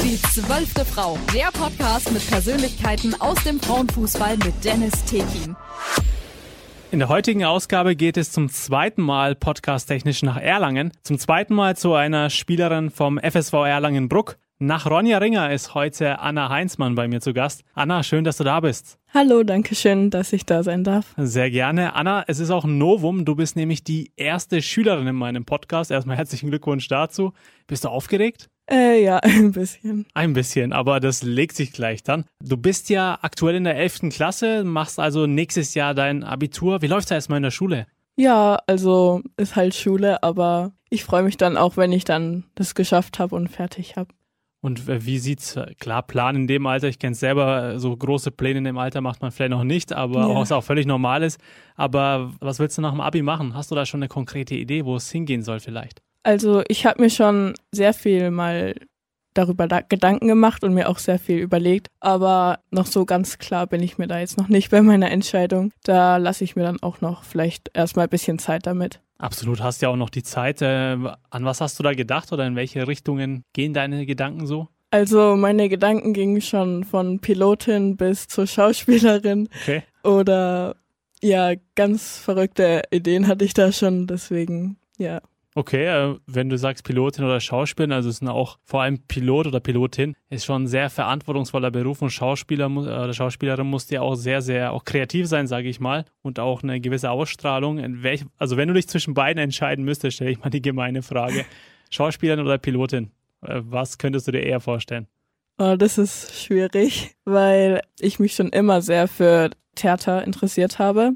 Die 12. Frau, der Podcast mit Persönlichkeiten aus dem Frauenfußball mit Dennis Tekin. In der heutigen Ausgabe geht es zum zweiten Mal podcasttechnisch nach Erlangen. Zum zweiten Mal zu einer Spielerin vom FSV Erlangen-Bruck. Nach Ronja Ringer ist heute Anna Heinzmann bei mir zu Gast. Anna, schön, dass du da bist. Hallo, danke schön, dass ich da sein darf. Sehr gerne. Anna, es ist auch ein Novum. Du bist nämlich die erste Schülerin in meinem Podcast. Erstmal herzlichen Glückwunsch dazu. Bist du aufgeregt? Ja, ein bisschen. Ein bisschen, aber das legt sich gleich dann. Du bist ja aktuell in der 11. Klasse, machst also nächstes Jahr dein Abitur. Wie läuft's da erstmal in der Schule? Ja, also ist halt Schule, aber ich freue mich dann auch, wenn ich dann das geschafft habe und fertig habe. Und wie sieht's, klar, Plan in dem Alter, ich kenne es selber, so große Pläne in dem Alter macht man vielleicht noch nicht, aber Ja. was auch völlig normal ist. Aber was willst du nach dem Abi machen? Hast du da schon eine konkrete Idee, wo es hingehen soll vielleicht? Also ich habe mir schon sehr viel mal darüber Gedanken gemacht und mir auch sehr viel überlegt, aber noch so ganz klar bin ich mir da jetzt noch nicht bei meiner Entscheidung. Da lasse ich mir dann auch noch vielleicht erstmal ein bisschen Zeit damit. Absolut, hast ja auch noch die Zeit. An was hast du da gedacht oder in welche Richtungen gehen deine Gedanken so? Also meine Gedanken gingen schon von Pilotin bis zur Schauspielerin. Okay. Oder ja, ganz verrückte Ideen hatte ich da schon, deswegen ja. Okay, wenn du sagst Pilotin oder Schauspielerin, also es ist auch vor allem Pilot oder Pilotin, ist schon ein sehr verantwortungsvoller Beruf und Schauspieler oder Schauspielerin muss ja auch sehr, sehr auch kreativ sein, sage ich mal, und auch eine gewisse Ausstrahlung. Also wenn du dich zwischen beiden entscheiden müsstest, stelle ich mal die gemeine Frage, Schauspielerin oder Pilotin, was könntest du dir eher vorstellen? Oh, das ist schwierig, weil ich mich schon immer sehr für Theater interessiert habe,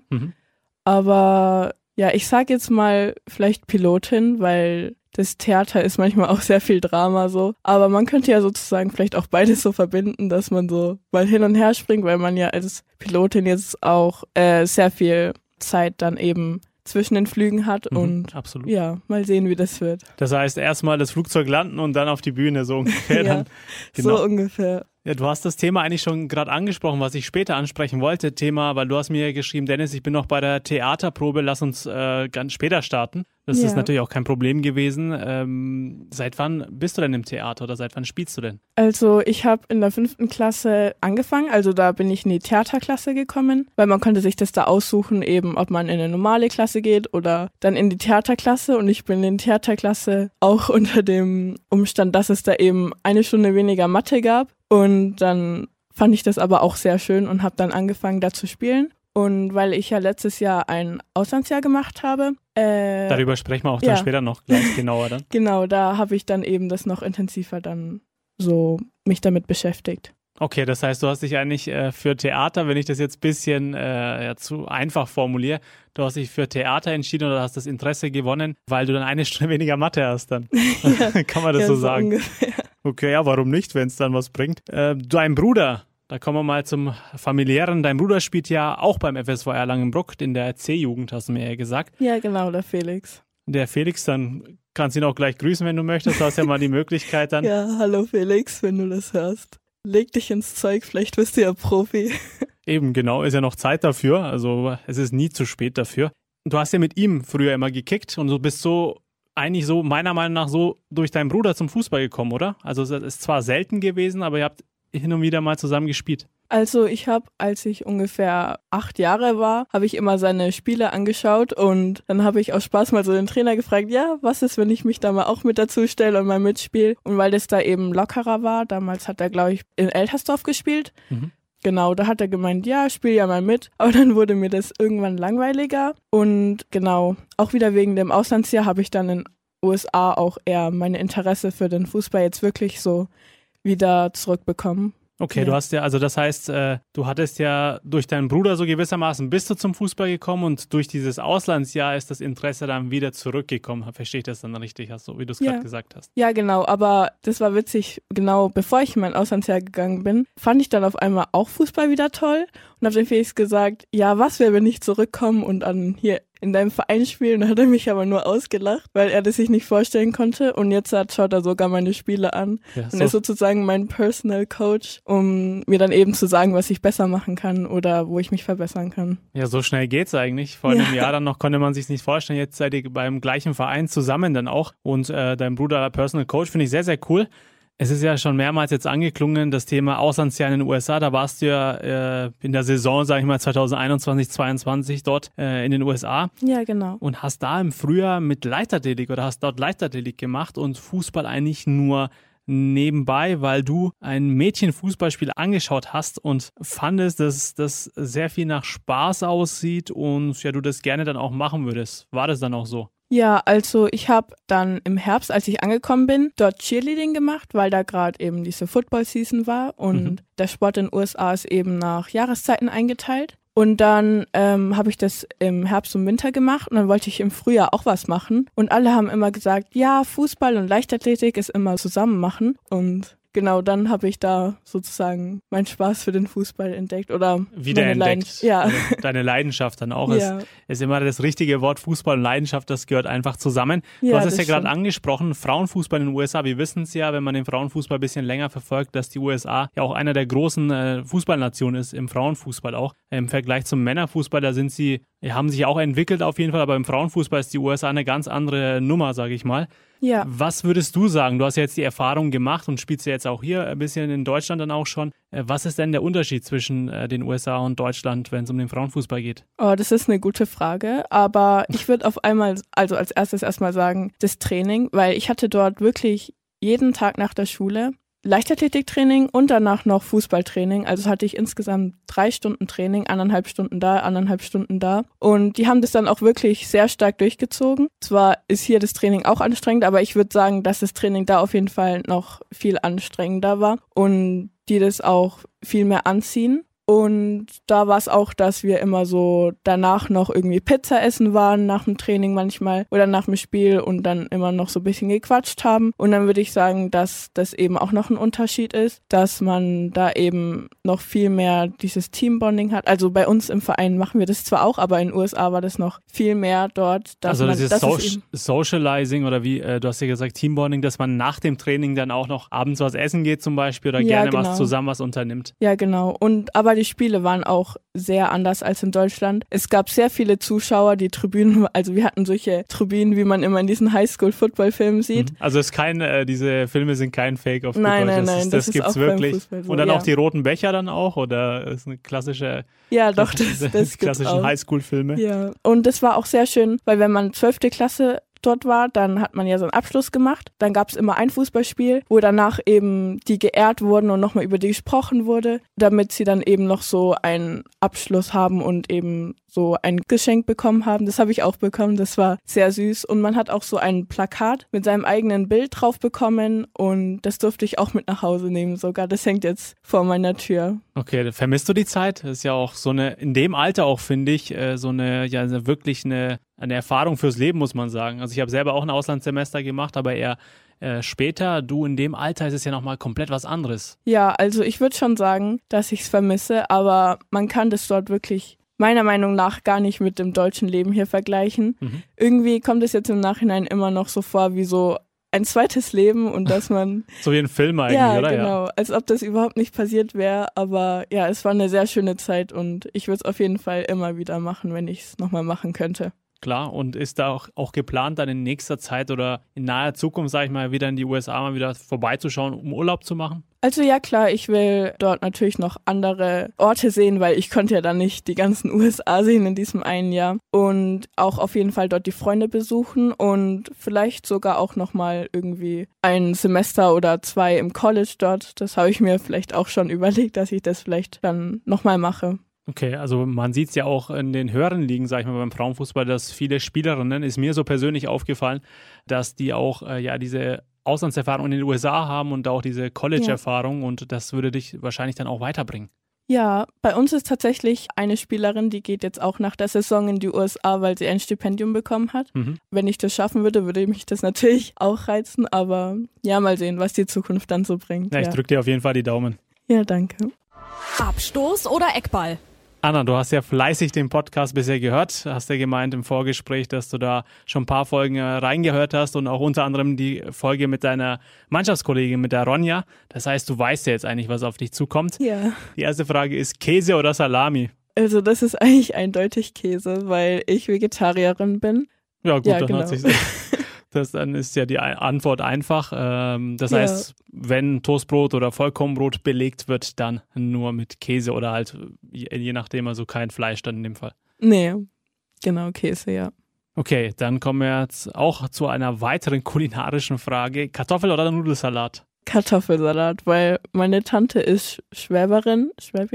aber ja, ich sag jetzt mal vielleicht Pilotin, weil das Theater ist manchmal auch sehr viel Drama so. Aber man könnte ja sozusagen vielleicht auch beides so verbinden, dass man so mal hin und her springt, weil man ja als Pilotin jetzt auch sehr viel Zeit dann eben zwischen den Flügen hat und absolut. Ja, mal sehen, wie das wird. Das heißt, erstmal das Flugzeug landen und dann auf die Bühne, so ungefähr. Ja, dann, genau. so ungefähr. Ja, du hast das Thema eigentlich schon gerade angesprochen, was ich später ansprechen wollte. Thema, weil du hast mir geschrieben, Dennis, ich bin noch bei der Theaterprobe, lass uns ganz später starten. Das ist natürlich auch kein Problem gewesen. Seit wann bist du denn im Theater oder seit wann spielst du denn? Also ich habe in der 5. Klasse angefangen, also da bin ich in die Theaterklasse gekommen, weil man konnte sich das da aussuchen, eben ob man in eine normale Klasse geht oder dann in die Theaterklasse und ich bin in die Theaterklasse auch unter dem Umstand, dass es da eben eine Stunde weniger Mathe gab und dann fand ich das aber auch sehr schön und habe dann angefangen da zu spielen. Und weil ich ja letztes Jahr ein Auslandsjahr gemacht habe. Darüber sprechen wir auch dann später noch gleich genauer dann. Genau, da habe ich dann eben das noch intensiver dann so mich damit beschäftigt. Okay, das heißt, du hast dich eigentlich für Theater, wenn ich das jetzt ein bisschen zu einfach formuliere, du hast dich für Theater entschieden oder hast das Interesse gewonnen, weil du dann eine Stunde weniger Mathe hast dann. Ja, kann man das so sagen? Ungefähr. Okay, ja, warum nicht, wenn es dann was bringt? Dein Bruder, da kommen wir mal zum Familiären. Dein Bruder spielt ja auch beim FSV Erlangen-Bruck in der C-Jugend, hast du mir ja gesagt. Ja, genau, der Felix. Der Felix, dann kannst du ihn auch gleich grüßen, wenn du möchtest. Du hast ja mal die Möglichkeit dann. Ja, hallo Felix, wenn du das hörst. Leg dich ins Zeug, vielleicht wirst du ja Profi. Eben, genau, ist ja noch Zeit dafür. Also es ist nie zu spät dafür. Du hast ja mit ihm früher immer gekickt und du bist so eigentlich so meiner Meinung nach so durch deinen Bruder zum Fußball gekommen, oder? Also es ist zwar selten gewesen, aber ihr habt hin und wieder mal zusammen gespielt. Also ich habe, als ich ungefähr 8 Jahre war, habe ich immer seine Spiele angeschaut und dann habe ich aus Spaß mal so den Trainer gefragt, ja, was ist, wenn ich mich da mal auch mit dazu stelle und mal mitspiele? Und weil das da eben lockerer war, damals hat er, glaube ich, in Eltersdorf gespielt. Genau, da hat er gemeint, ja, spiel ja mal mit. Aber dann wurde mir das irgendwann langweiliger. Und genau, auch wieder wegen dem Auslandsjahr habe ich dann in USA auch eher meine Interesse für den Fußball jetzt wirklich so wieder zurückbekommen. Okay, Ja. du hast ja, also das heißt, du hattest ja durch deinen Bruder so gewissermaßen bist du zum Fußball gekommen und durch dieses Auslandsjahr ist das Interesse dann wieder zurückgekommen. Verstehe ich das dann richtig, so wie du es gerade gesagt hast? Ja, genau, aber das war witzig, genau bevor ich in mein Auslandsjahr gegangen bin, fand ich dann auf einmal auch Fußball wieder toll und habe dem Felix gesagt, ja, was wäre, wenn ich zurückkomme und dann hier in deinem Verein spielen. Da hat er mich aber nur ausgelacht, weil er das sich nicht vorstellen konnte. Und jetzt schaut er sogar meine Spiele an. Ja, und er ist sozusagen mein Personal Coach, um mir dann eben zu sagen, was ich besser machen kann oder wo ich mich verbessern kann. Ja, so schnell geht's eigentlich. Vor einem Jahr dann noch konnte man sich nicht vorstellen. Jetzt seid ihr beim gleichen Verein zusammen dann auch. Und dein Bruder Personal Coach finde ich sehr, sehr cool. Es ist ja schon mehrmals jetzt angeklungen, das Thema Auslandsjahr in den USA. Da warst du ja in der Saison, sage ich mal, 2021, 2022 dort in den USA. Ja, genau. Und hast da im Frühjahr mit Leichtathletik oder hast dort Leichtathletik gemacht und Fußball eigentlich nur nebenbei, weil du ein Mädchenfußballspiel angeschaut hast und fandest, dass das sehr viel nach Spaß aussieht und ja, du das gerne dann auch machen würdest. War das dann auch so? Ja, also ich habe dann im Herbst, als ich angekommen bin, dort Cheerleading gemacht, weil da gerade eben diese Football-Season war und der Sport in den USA ist eben nach Jahreszeiten eingeteilt. Und dann habe ich das im Herbst und Winter gemacht und dann wollte ich im Frühjahr auch was machen. Und alle haben immer gesagt, ja, Fußball und Leichtathletik ist immer zusammen machen. Und genau, dann habe ich da sozusagen meinen Spaß für den Fußball entdeckt oder wiederentdeckt. Ja. Also deine Leidenschaft dann auch. Ja. Ist immer das richtige Wort, Fußball und Leidenschaft, das gehört einfach zusammen. Du Ja, hast es ja das gerade stimmt. angesprochen, Frauenfußball in den USA. Wir wissen es ja, wenn man den Frauenfußball ein bisschen länger verfolgt, dass die USA ja auch einer der großen Fußballnationen ist, im Frauenfußball auch. Im Vergleich zum Männerfußball, da sind sie, haben sich auch entwickelt auf jeden Fall, aber im Frauenfußball ist die USA eine ganz andere Nummer, sage ich mal. Ja. Was würdest du sagen? Du hast ja jetzt die Erfahrung gemacht und spielst ja jetzt auch hier ein bisschen in Deutschland dann auch schon. Was ist denn der Unterschied zwischen den USA und Deutschland, wenn es um den Frauenfußball geht? Oh, das ist eine gute Frage, aber ich würde auf einmal, also als erstes erstmal sagen, das Training, weil ich hatte dort wirklich jeden Tag nach der Schule Leichtathletiktraining und danach noch Fußballtraining. Also hatte ich insgesamt 3 Stunden Training, 1,5 Stunden da, 1,5 Stunden da. Und die haben das dann auch wirklich sehr stark durchgezogen. Zwar ist hier das Training auch anstrengend, aber ich würde sagen, dass das Training da auf jeden Fall noch viel anstrengender war und die das auch viel mehr anziehen. Und da war es auch, dass wir immer so danach noch irgendwie Pizza essen waren, nach dem Training manchmal oder nach dem Spiel und dann immer noch so ein bisschen gequatscht haben. Und dann würde ich sagen, dass das eben auch noch ein Unterschied ist, dass man da eben noch viel mehr dieses Teambonding hat. Also bei uns im Verein machen wir das zwar auch, aber in den USA war das noch viel mehr dort. Dass also man, dieses Socializing oder wie, du hast ja gesagt Teambonding, dass man nach dem Training dann auch noch abends was essen geht zum Beispiel oder Ja, gerne genau. was zusammen was unternimmt. Ja, genau. Aber die Spiele waren auch sehr anders als in Deutschland. Es gab sehr viele Zuschauer, die Tribünen, also wir hatten solche Tribünen, wie man immer in diesen Highschool-Football-Filmen sieht. Also es ist diese Filme sind kein Fake auf Nein, Deutsch. nein, Das das gibt's ist auch wirklich. beim Fußball so, Und dann ja. auch die roten Becher dann auch oder ist eine klassische Ja, doch, das gibt's klassischen auch. Highschool-Filme. Ja, und das war auch sehr schön, weil wenn man 12. Klasse dort war, dann hat man ja so einen Abschluss gemacht. Dann gab es immer ein Fußballspiel, wo danach eben die geehrt wurden und nochmal über die gesprochen wurde, damit sie dann eben noch so einen Abschluss haben und eben so ein Geschenk bekommen haben. Das habe ich auch bekommen, das war sehr süß. Und man hat auch so ein Plakat mit seinem eigenen Bild drauf bekommen und das durfte ich auch mit nach Hause nehmen sogar. Das hängt jetzt vor meiner Tür. Okay, vermisst du die Zeit? Das ist ja auch so eine, in dem Alter auch, finde ich, so eine, ja, wirklich eine Erfahrung fürs Leben, muss man sagen. Also ich habe selber auch ein Auslandssemester gemacht, aber eher später. Du, in dem Alter ist es ja nochmal komplett was anderes. Ja, also ich würde schon sagen, dass ich es vermisse, aber man kann das dort wirklich meiner Meinung nach gar nicht mit dem deutschen Leben hier vergleichen. Irgendwie kommt es jetzt im Nachhinein immer noch so vor wie so ein zweites Leben und dass man... So wie ein Film eigentlich, ja, oder? Genau, als ob das überhaupt nicht passiert wäre, aber ja, es war eine sehr schöne Zeit und ich würde es auf jeden Fall immer wieder machen, wenn ich es nochmal machen könnte. Klar, und ist da auch geplant, dann in nächster Zeit oder in naher Zukunft, sage ich mal, wieder in die USA mal wieder vorbeizuschauen, um Urlaub zu machen? Also ja klar, ich will dort natürlich noch andere Orte sehen, weil ich konnte ja dann nicht die ganzen USA sehen in diesem einen Jahr. Und auch auf jeden Fall dort die Freunde besuchen und vielleicht sogar auch nochmal irgendwie ein Semester oder 2 im College dort. Das habe ich mir vielleicht auch schon überlegt, dass ich das vielleicht dann nochmal mache. Okay, also man sieht es ja auch in den höheren Ligen, sag ich mal, beim Frauenfußball, dass viele Spielerinnen, ist mir so persönlich aufgefallen, dass die auch diese Auslandserfahrung in den USA haben und auch diese College-Erfahrung und das würde dich wahrscheinlich dann auch weiterbringen. Ja, bei uns ist tatsächlich eine Spielerin, die geht jetzt auch nach der Saison in die USA, weil sie ein Stipendium bekommen hat. Wenn ich das schaffen würde, würde mich das natürlich auch reizen, aber ja, mal sehen, was die Zukunft dann so bringt. Ja, ich drücke dir auf jeden Fall die Daumen. Ja, danke. Abstoß oder Eckball? Anna, du hast ja fleißig den Podcast bisher gehört. Hast ja gemeint im Vorgespräch, dass du da schon ein paar Folgen reingehört hast und auch unter anderem die Folge mit deiner Mannschaftskollegin, mit der Ronja. Das heißt, du weißt ja jetzt eigentlich, was auf dich zukommt. Ja. Die erste Frage ist Käse oder Salami? Also das ist eigentlich eindeutig Käse, weil ich Vegetarierin bin. Ja gut, Ja, dann genau. hat sich's. Dann ist ja die Antwort einfach. Das heißt, wenn Toastbrot oder Vollkornbrot belegt wird, dann nur mit Käse oder halt je nachdem, also kein Fleisch dann in dem Fall. Nee, genau, Käse, ja. Okay, dann kommen wir jetzt auch zu einer weiteren kulinarischen Frage. Kartoffel- oder Nudelsalat? Kartoffelsalat, weil meine Tante ist Schwäberin,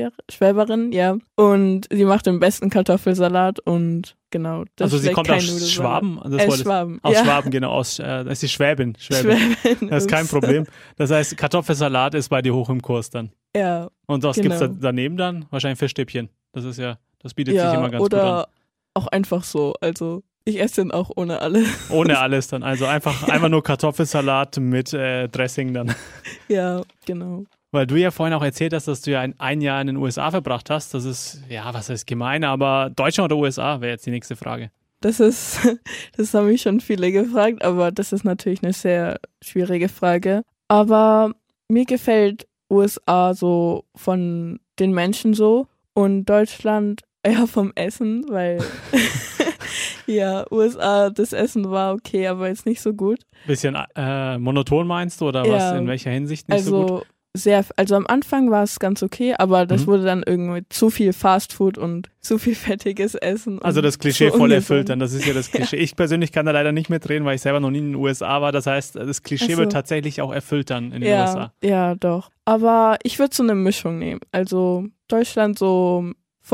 ja. Und sie macht den besten Kartoffelsalat und genau. Das also sie kommt aus Nudelsalat. Schwaben? Schwaben. Aus Schwaben, genau. Das ist die Schwäbin. Das ist kein Problem. Das heißt, Kartoffelsalat ist bei dir hoch im Kurs dann. Ja. Und was gibt's daneben dann? Wahrscheinlich Fischstäbchen. Das bietet sich immer ganz gut an. Oder auch einfach so, also ich esse den auch ohne alles. Ohne alles dann, also einfach nur Kartoffelsalat mit Dressing dann. Ja, genau. Weil du ja vorhin auch erzählt hast, dass du ja ein Jahr in den USA verbracht hast. Das ist, ja, was heißt gemein, aber Deutschland oder USA wäre jetzt die nächste Frage. Das haben mich schon viele gefragt, aber das ist natürlich eine sehr schwierige Frage. Aber mir gefällt USA so von den Menschen so und Deutschland eher vom Essen, weil ja, USA, das Essen war okay, aber jetzt nicht so gut. Bisschen monoton meinst du oder was, in welcher Hinsicht nicht so gut? Also am Anfang war es ganz okay, aber das wurde dann irgendwie zu viel Fastfood und zu viel fettiges Essen. Also das Klischee voll erfüllt dann, das ist ja das Klischee. Ja. Ich persönlich kann da leider nicht mitreden, weil ich selber noch nie in den USA war. Das heißt, das Klischee wird tatsächlich auch erfüllt dann in den USA. Ja, doch. Aber ich würde so eine Mischung nehmen. Also Deutschland so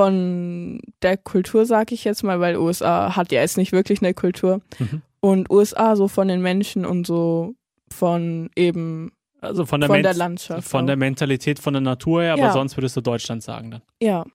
von der Kultur, sag ich jetzt mal, weil USA hat ja jetzt nicht wirklich eine Kultur. Und USA so von den Menschen und so von eben also von der Landschaft. Von der Mentalität, von der Natur her, aber sonst würdest du Deutschland sagen dann. Ja.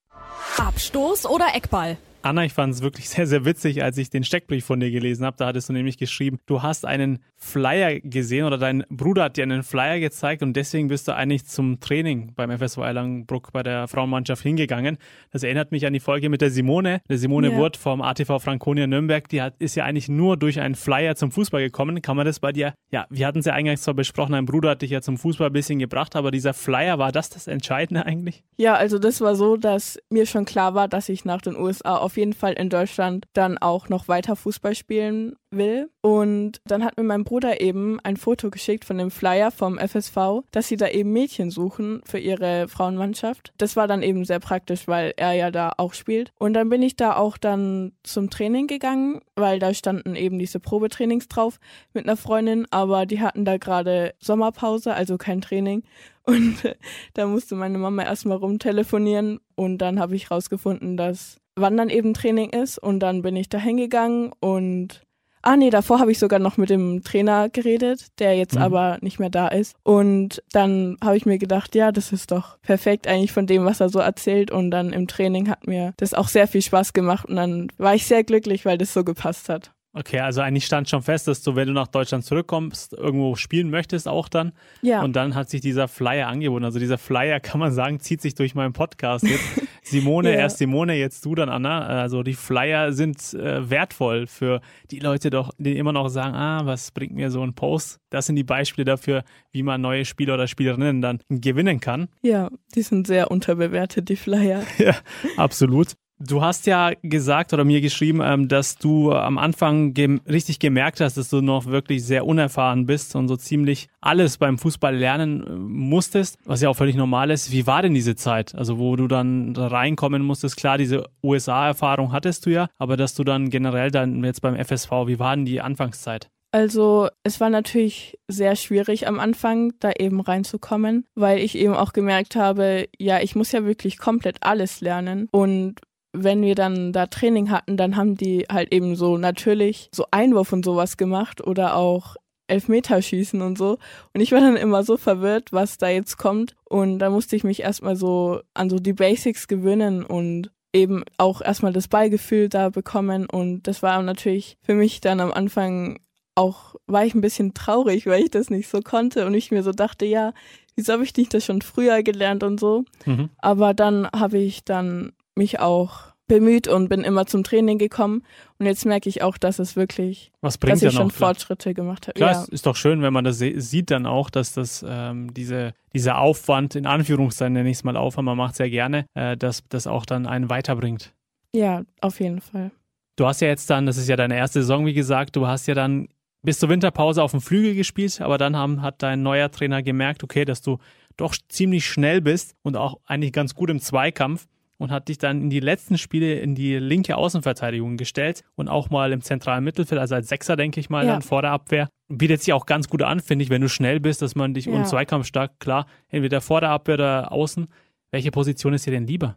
Abstoß oder Eckball? Anna, ich fand es wirklich sehr, sehr witzig, als ich den Steckbrief von dir gelesen habe. Da hattest du nämlich geschrieben, du hast einen Flyer gesehen oder dein Bruder hat dir einen Flyer gezeigt und deswegen bist du eigentlich zum Training beim FSV Erlangen-Bruck bei der Frauenmannschaft hingegangen. Das erinnert mich an die Folge mit der Simone. Der Simone Wurth vom ATV Franconia Nürnberg, ist ja eigentlich nur durch einen Flyer zum Fußball gekommen. Kann man das bei dir, ja, wir hatten es ja eingangs zwar besprochen, dein Bruder hat dich ja zum Fußball ein bisschen gebracht, aber dieser Flyer, war das Entscheidende eigentlich? Ja, also das war so, dass mir schon klar war, dass ich nach den USA auf jeden Fall in Deutschland dann auch noch weiter Fußball spielen will. Und dann hat mir mein Bruder eben ein Foto geschickt von dem Flyer vom FSV, dass sie da eben Mädchen suchen für ihre Frauenmannschaft. Das war dann eben sehr praktisch, weil er ja da auch spielt. Und dann bin ich da auch dann zum Training gegangen, weil da standen eben diese Probetrainings drauf mit einer Freundin, aber die hatten da gerade Sommerpause, also kein Training. Und da musste meine Mama erstmal rumtelefonieren und dann habe ich rausgefunden, dass Wandern eben Training ist und dann bin ich da hingegangen und davor habe ich sogar noch mit dem Trainer geredet, der jetzt aber nicht mehr da ist. Und dann habe ich mir gedacht, ja, das ist doch perfekt eigentlich von dem, was er so erzählt. Und dann im Training hat mir das auch sehr viel Spaß gemacht und dann war ich sehr glücklich, weil das so gepasst hat. Okay, also eigentlich stand schon fest, dass du, wenn du nach Deutschland zurückkommst, irgendwo spielen möchtest auch dann. Ja. Und dann hat sich dieser Flyer angeboten. Also dieser Flyer, kann man sagen, zieht sich durch meinen Podcast jetzt. Simone, erst Simone, jetzt du dann, Anna. Also die Flyer sind wertvoll für die Leute doch, die immer noch sagen, was bringt mir so ein Post? Das sind die Beispiele dafür, wie man neue Spieler oder Spielerinnen dann gewinnen kann. Ja, die sind sehr unterbewertet, die Flyer. Ja, absolut. Du hast ja gesagt oder mir geschrieben, dass du am Anfang richtig gemerkt hast, dass du noch wirklich sehr unerfahren bist und so ziemlich alles beim Fußball lernen musstest, was ja auch völlig normal ist. Wie war denn diese Zeit? Also wo du dann reinkommen musstest, klar, diese USA-Erfahrung hattest du ja, aber dass du dann generell dann jetzt beim FSV, wie war denn die Anfangszeit? Also es war natürlich sehr schwierig am Anfang, da eben reinzukommen, weil ich eben auch gemerkt habe, ja, ich muss ja wirklich komplett alles lernen und wenn wir dann da Training hatten, dann haben die halt eben so natürlich so Einwurf und sowas gemacht oder auch Elfmeterschießen und so. Und ich war dann immer so verwirrt, was da jetzt kommt. Und da musste ich mich erstmal so an so die Basics gewöhnen und eben auch erstmal das Ballgefühl da bekommen. Und das war natürlich für mich dann am Anfang auch, war ich ein bisschen traurig, weil ich das nicht so konnte. Und ich mir so dachte, ja, wieso habe ich nicht das schon früher gelernt und so. Aber dann habe ich dann mich auch bemüht und bin immer zum Training gekommen und jetzt merke ich auch, dass es wirklich, was bringt dass ich schon Fortschritte gemacht habe. Klar, ist doch schön, wenn man das sieht dann auch, dass das dieser Aufwand, in Anführungszeichen nenne ich es mal Aufwand, man macht es ja gerne, dass das auch dann einen weiterbringt. Ja, auf jeden Fall. Du hast ja jetzt dann, das ist ja deine erste Saison, wie gesagt, du hast ja dann bis zur Winterpause auf dem Flügel gespielt, aber dann hat dein neuer Trainer gemerkt, okay, dass du doch ziemlich schnell bist und auch eigentlich ganz gut im Zweikampf und hat dich dann in die letzten Spiele in die linke Außenverteidigung gestellt und auch mal im zentralen Mittelfeld, also als Sechser, denke ich mal, dann vor der Abwehr. Bietet sich auch ganz gut an, finde ich, wenn du schnell bist, dass man dich und zweikampfstark, klar, entweder vor der Abwehr oder außen. Welche Position ist dir denn lieber?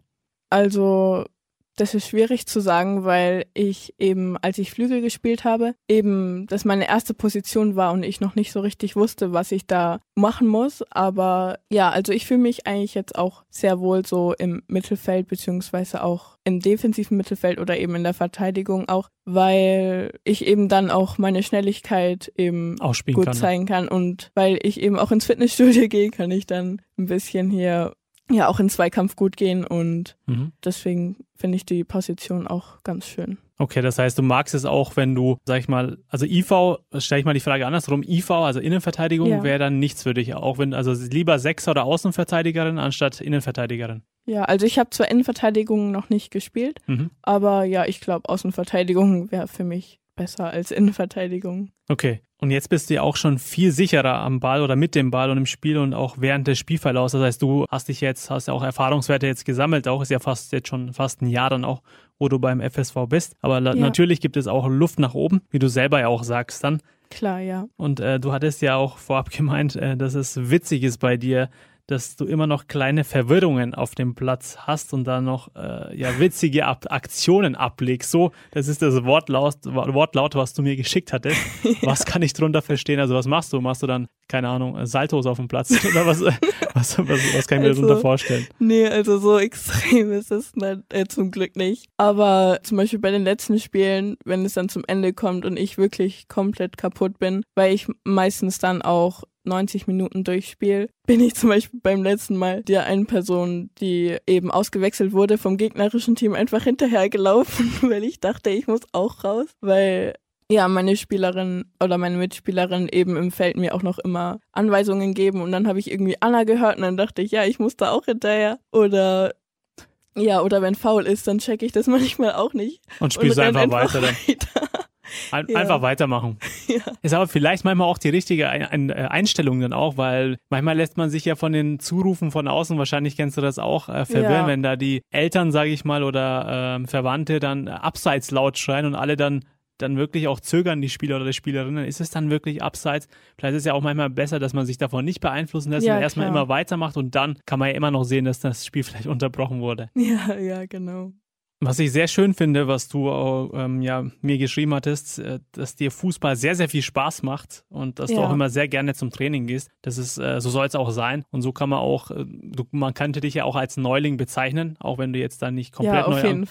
Also das ist schwierig zu sagen, weil ich eben, als ich Flügel gespielt habe, eben das meine erste Position war und ich noch nicht so richtig wusste, was ich da machen muss. Aber ja, also ich fühle mich eigentlich jetzt auch sehr wohl so im Mittelfeld beziehungsweise auch im defensiven Mittelfeld oder eben in der Verteidigung auch, weil ich eben dann auch meine Schnelligkeit eben gut zeigen kann und weil ich eben auch ins Fitnessstudio gehe, kann ich dann ein bisschen hier auch in Zweikampf gut gehen und deswegen finde ich die Position auch ganz schön. Okay, das heißt, du magst es auch, wenn du, sag ich mal, also IV, stelle ich mal die Frage andersrum, IV, also Innenverteidigung, wäre dann nichts für dich, auch wenn, also lieber Sechser oder Außenverteidigerin anstatt Innenverteidigerin. Ja, also ich habe zwar Innenverteidigung noch nicht gespielt, aber ja, ich glaube, Außenverteidigung wäre für mich besser als Innenverteidigung. Okay. Und jetzt bist du ja auch schon viel sicherer am Ball oder mit dem Ball und im Spiel und auch während des Spielverlaufs. Das heißt, du hast ja auch Erfahrungswerte jetzt gesammelt, auch ist ja schon fast ein Jahr dann auch, wo du beim FSV bist. Aber natürlich gibt es auch Luft nach oben, wie du selber ja auch sagst dann. Klar, ja. Und du hattest ja auch vorab gemeint, dass es witzig ist bei dir, dass du immer noch kleine Verwirrungen auf dem Platz hast und dann noch witzige Aktionen ablegst. So, das ist das Wortlaut, was du mir geschickt hattest. Was kann ich drunter verstehen? Also was machst du? Machst du dann, keine Ahnung, Saltos auf dem Platz? Oder was kann ich mir darunter vorstellen? Nee, also so extrem ist es zum Glück nicht. Aber zum Beispiel bei den letzten Spielen, wenn es dann zum Ende kommt und ich wirklich komplett kaputt bin, weil ich meistens dann auch 90 Minuten durchspiele, bin ich zum Beispiel beim letzten Mal der einen Person, die eben ausgewechselt wurde vom gegnerischen Team, einfach hinterhergelaufen, weil ich dachte, ich muss auch raus, weil meine Spielerin oder meine Mitspielerin eben im Feld mir auch noch immer Anweisungen geben und dann habe ich irgendwie Anna gehört und dann dachte ich, ich muss da auch hinterher oder wenn faul ist, dann checke ich das manchmal auch nicht. Und spielst einfach weiter dann. Einfach weitermachen. Ja. Ist aber vielleicht manchmal auch die richtige Einstellung dann auch, weil manchmal lässt man sich ja von den Zurufen von außen, wahrscheinlich kennst du das auch, verwirren, wenn da die Eltern, sage ich mal, oder Verwandte dann abseits laut schreien und alle dann wirklich auch zögern, die Spieler oder die Spielerinnen, ist es dann wirklich abseits? Vielleicht ist es ja auch manchmal besser, dass man sich davon nicht beeinflussen lässt und erstmal immer weitermacht und dann kann man ja immer noch sehen, dass das Spiel vielleicht unterbrochen wurde. Ja, genau. Was ich sehr schön finde, was du mir geschrieben hattest, dass dir Fußball sehr, sehr viel Spaß macht und dass du auch immer sehr gerne zum Training gehst. Das ist, so soll es auch sein. Und so kann man auch, man könnte dich ja auch als Neuling bezeichnen, auch wenn du jetzt dann nicht komplett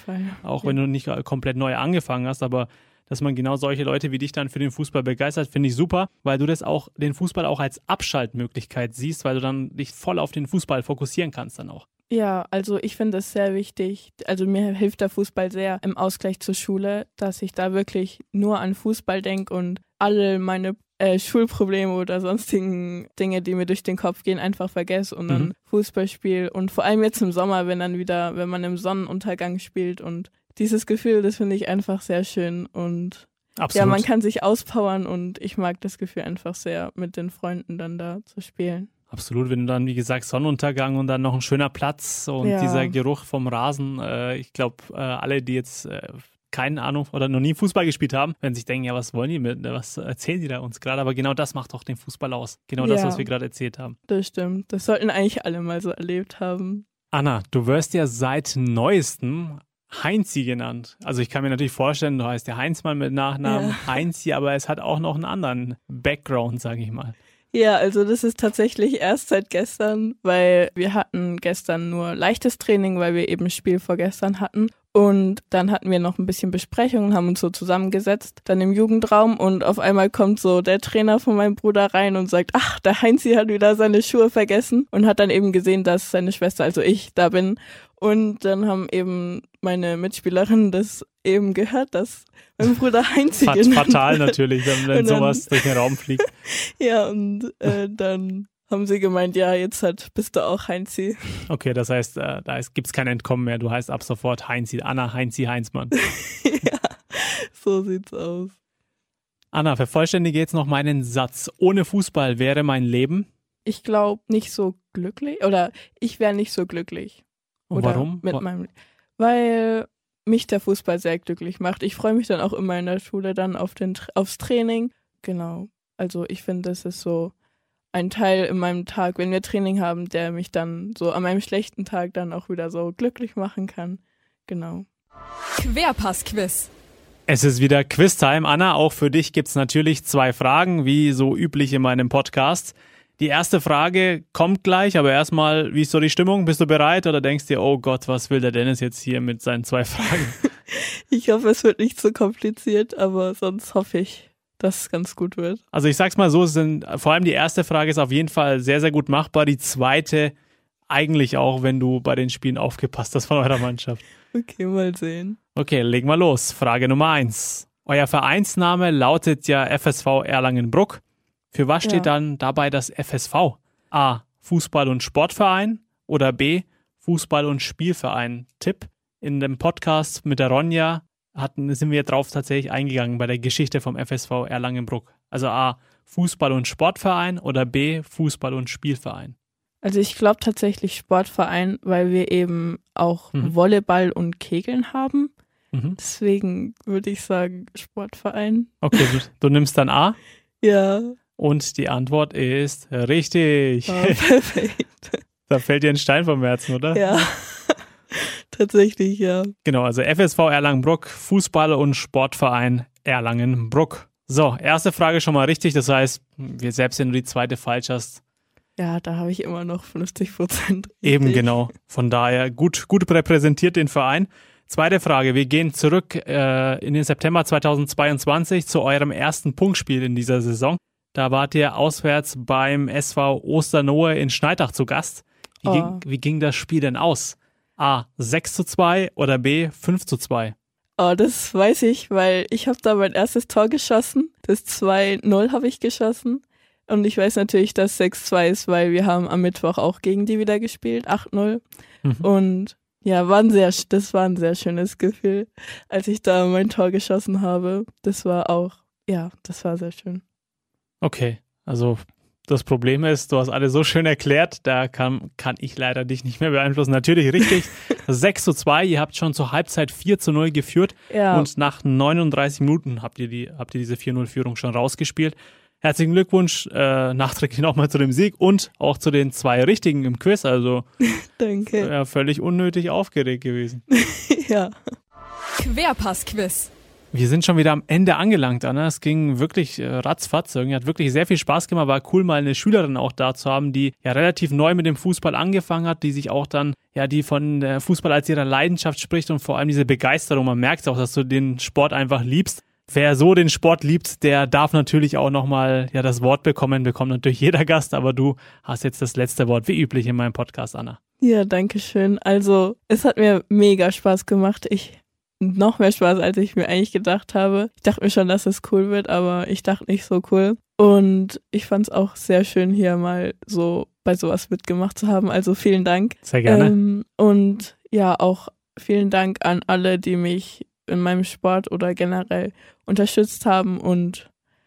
wenn du nicht komplett neu angefangen hast, aber dass man genau solche Leute wie dich dann für den Fußball begeistert, finde ich super, weil du den Fußball auch als Abschaltmöglichkeit siehst, weil du dann dich voll auf den Fußball fokussieren kannst dann auch. Ja, also ich finde es sehr wichtig, also mir hilft der Fußball sehr im Ausgleich zur Schule, dass ich da wirklich nur an Fußball denke und alle meine Schulprobleme oder sonstigen Dinge, die mir durch den Kopf gehen, einfach vergesse und dann Fußball spiele und vor allem jetzt im Sommer, wenn man im Sonnenuntergang spielt und dieses Gefühl, das finde ich einfach sehr schön und absolut. Man kann sich auspowern und ich mag das Gefühl einfach sehr, mit den Freunden dann da zu spielen. Absolut, wenn du dann, wie gesagt, Sonnenuntergang und dann noch ein schöner Platz und dieser Geruch vom Rasen. Ich glaube, alle, die jetzt keine Ahnung oder noch nie Fußball gespielt haben, werden sich denken, was wollen die was erzählen die da uns gerade? Aber genau das macht doch den Fußball aus. Genau das, was wir gerade erzählt haben. Das stimmt. Das sollten eigentlich alle mal so erlebt haben. Anna, du wirst ja seit Neuestem Heinzi genannt. Also ich kann mir natürlich vorstellen, du heißt ja Heinzmann mit Nachnamen Heinzi, aber es hat auch noch einen anderen Background, sage ich mal. Ja, also das ist tatsächlich erst seit gestern, weil wir hatten gestern nur leichtes Training, weil wir eben Spiel vorgestern hatten. Und dann hatten wir noch ein bisschen Besprechungen, haben uns so zusammengesetzt, dann im Jugendraum und auf einmal kommt so der Trainer von meinem Bruder rein und sagt, ach, der Heinzi hat wieder seine Schuhe vergessen und hat dann eben gesehen, dass seine Schwester, also ich, da bin. Und dann haben eben meine Mitspielerinnen das eben gehört, dass mein Bruder Heinzi genannt wird. Fatal natürlich, wenn sowas durch den Raum fliegt. Ja, und dann haben sie gemeint, ja, jetzt bist du auch Heinzi. Okay, das heißt, da gibt es kein Entkommen mehr. Du heißt ab sofort Heinzi, Anna Heinzi Heinzmann. Ja, so sieht's aus. Anna, vervollständige jetzt noch meinen Satz. Ohne Fußball wäre mein Leben? Ich glaube nicht so glücklich oder ich wäre nicht so glücklich. Und warum? Weil mich der Fußball sehr glücklich macht. Ich freue mich dann auch immer in der Schule dann aufs Training. Genau. Also ich finde, das ist so ein Teil in meinem Tag, wenn wir Training haben, der mich dann so an meinem schlechten Tag dann auch wieder so glücklich machen kann. Genau. Querpass-Quiz. Es ist wieder Quiz-Time. Anna, auch für dich gibt's natürlich 2 Fragen, wie so üblich in meinem Podcast. Die erste Frage kommt gleich, aber erstmal, wie ist so die Stimmung? Bist du bereit oder denkst dir, oh Gott, was will der Dennis jetzt hier mit seinen 2 Fragen? Ich hoffe, es wird nicht so kompliziert, aber sonst hoffe ich, dass es ganz gut wird. Also ich sag's mal so, vor allem die erste Frage ist auf jeden Fall sehr, sehr gut machbar. Die zweite eigentlich auch, wenn du bei den Spielen aufgepasst hast von eurer Mannschaft. Okay, mal sehen. Okay, legen wir los. Frage Nummer 1. Euer Vereinsname lautet ja FSV Erlangen-Bruck. Für was steht dann dabei das FSV? A. Fußball- und Sportverein oder B. Fußball- und Spielverein? Tipp: In dem Podcast mit der Ronja sind wir drauf tatsächlich eingegangen bei der Geschichte vom FSV Erlangen-Bruck. Also A. Fußball- und Sportverein oder B. Fußball- und Spielverein? Also ich glaube tatsächlich Sportverein, weil wir eben auch Volleyball und Kegeln haben. Deswegen würde ich sagen Sportverein. Okay, du nimmst dann A? Ja. Und die Antwort ist richtig. Oh, perfekt. Da fällt dir ein Stein vom Herzen, oder? Ja, tatsächlich, ja. Genau, also FSV Erlangen-Bruck, Fußball- und Sportverein Erlangen-Bruck. So, erste Frage schon mal richtig. Das heißt, selbst wenn du die zweite falsch hast. Ja, da habe ich immer noch 50%. Eben genau. Von daher gut repräsentiert den Verein. Zweite Frage. Wir gehen zurück in den September 2022 zu eurem ersten Punktspiel in dieser Saison. Da wart ihr auswärts beim SV Osternohe in Schneidach zu Gast. Wie ging das Spiel denn aus? A. 6:2 oder B. 5:2? Oh, das weiß ich, weil ich habe da mein erstes Tor geschossen. Das 2-0 habe ich geschossen. Und ich weiß natürlich, dass 6:2 ist, weil wir haben am Mittwoch auch gegen die wieder gespielt, 8-0. Und ja, das war ein sehr schönes Gefühl, als ich da mein Tor geschossen habe. Das war sehr schön. Okay, also das Problem ist, du hast alles so schön erklärt, da kann ich leider dich nicht mehr beeinflussen. Natürlich richtig, 6:2, ihr habt schon zur Halbzeit 4:0 geführt und nach 39 Minuten habt ihr diese 4:0-Führung schon rausgespielt. Herzlichen Glückwunsch nachträglich nochmal zu dem Sieg und auch zu den 2 Richtigen im Quiz. Also danke. Völlig unnötig aufgeregt gewesen. Ja. Querpass-Quiz. Wir sind schon wieder am Ende angelangt, Anna. Es ging wirklich ratzfatz. Irgendwie hat wirklich sehr viel Spaß gemacht. War cool, mal eine Schülerin auch da zu haben, die ja relativ neu mit dem Fußball angefangen hat, die sich auch dann, die von der Fußball als ihrer Leidenschaft spricht und vor allem diese Begeisterung. Man merkt auch, dass du den Sport einfach liebst. Wer so den Sport liebt, der darf natürlich auch nochmal das Wort bekommt natürlich jeder Gast, aber du hast jetzt das letzte Wort, wie üblich in meinem Podcast, Anna. Ja, danke schön. Also, es hat mir mega Spaß gemacht. Noch mehr Spaß, als ich mir eigentlich gedacht habe. Ich dachte mir schon, dass es cool wird, aber ich dachte nicht so cool. Und ich fand es auch sehr schön, hier mal so bei sowas mitgemacht zu haben. Also vielen Dank. Sehr gerne. Und ja, auch vielen Dank an alle, die mich in meinem Sport oder generell unterstützt haben und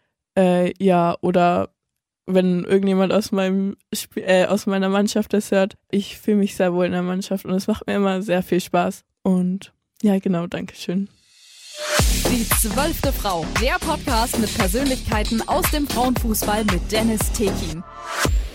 oder wenn irgendjemand aus meiner Mannschaft das hört, ich fühle mich sehr wohl in der Mannschaft und es macht mir immer sehr viel Spaß und ja, genau, Dankeschön. Die 12. Frau, der Podcast mit Persönlichkeiten aus dem Frauenfußball mit Dennis Tekin.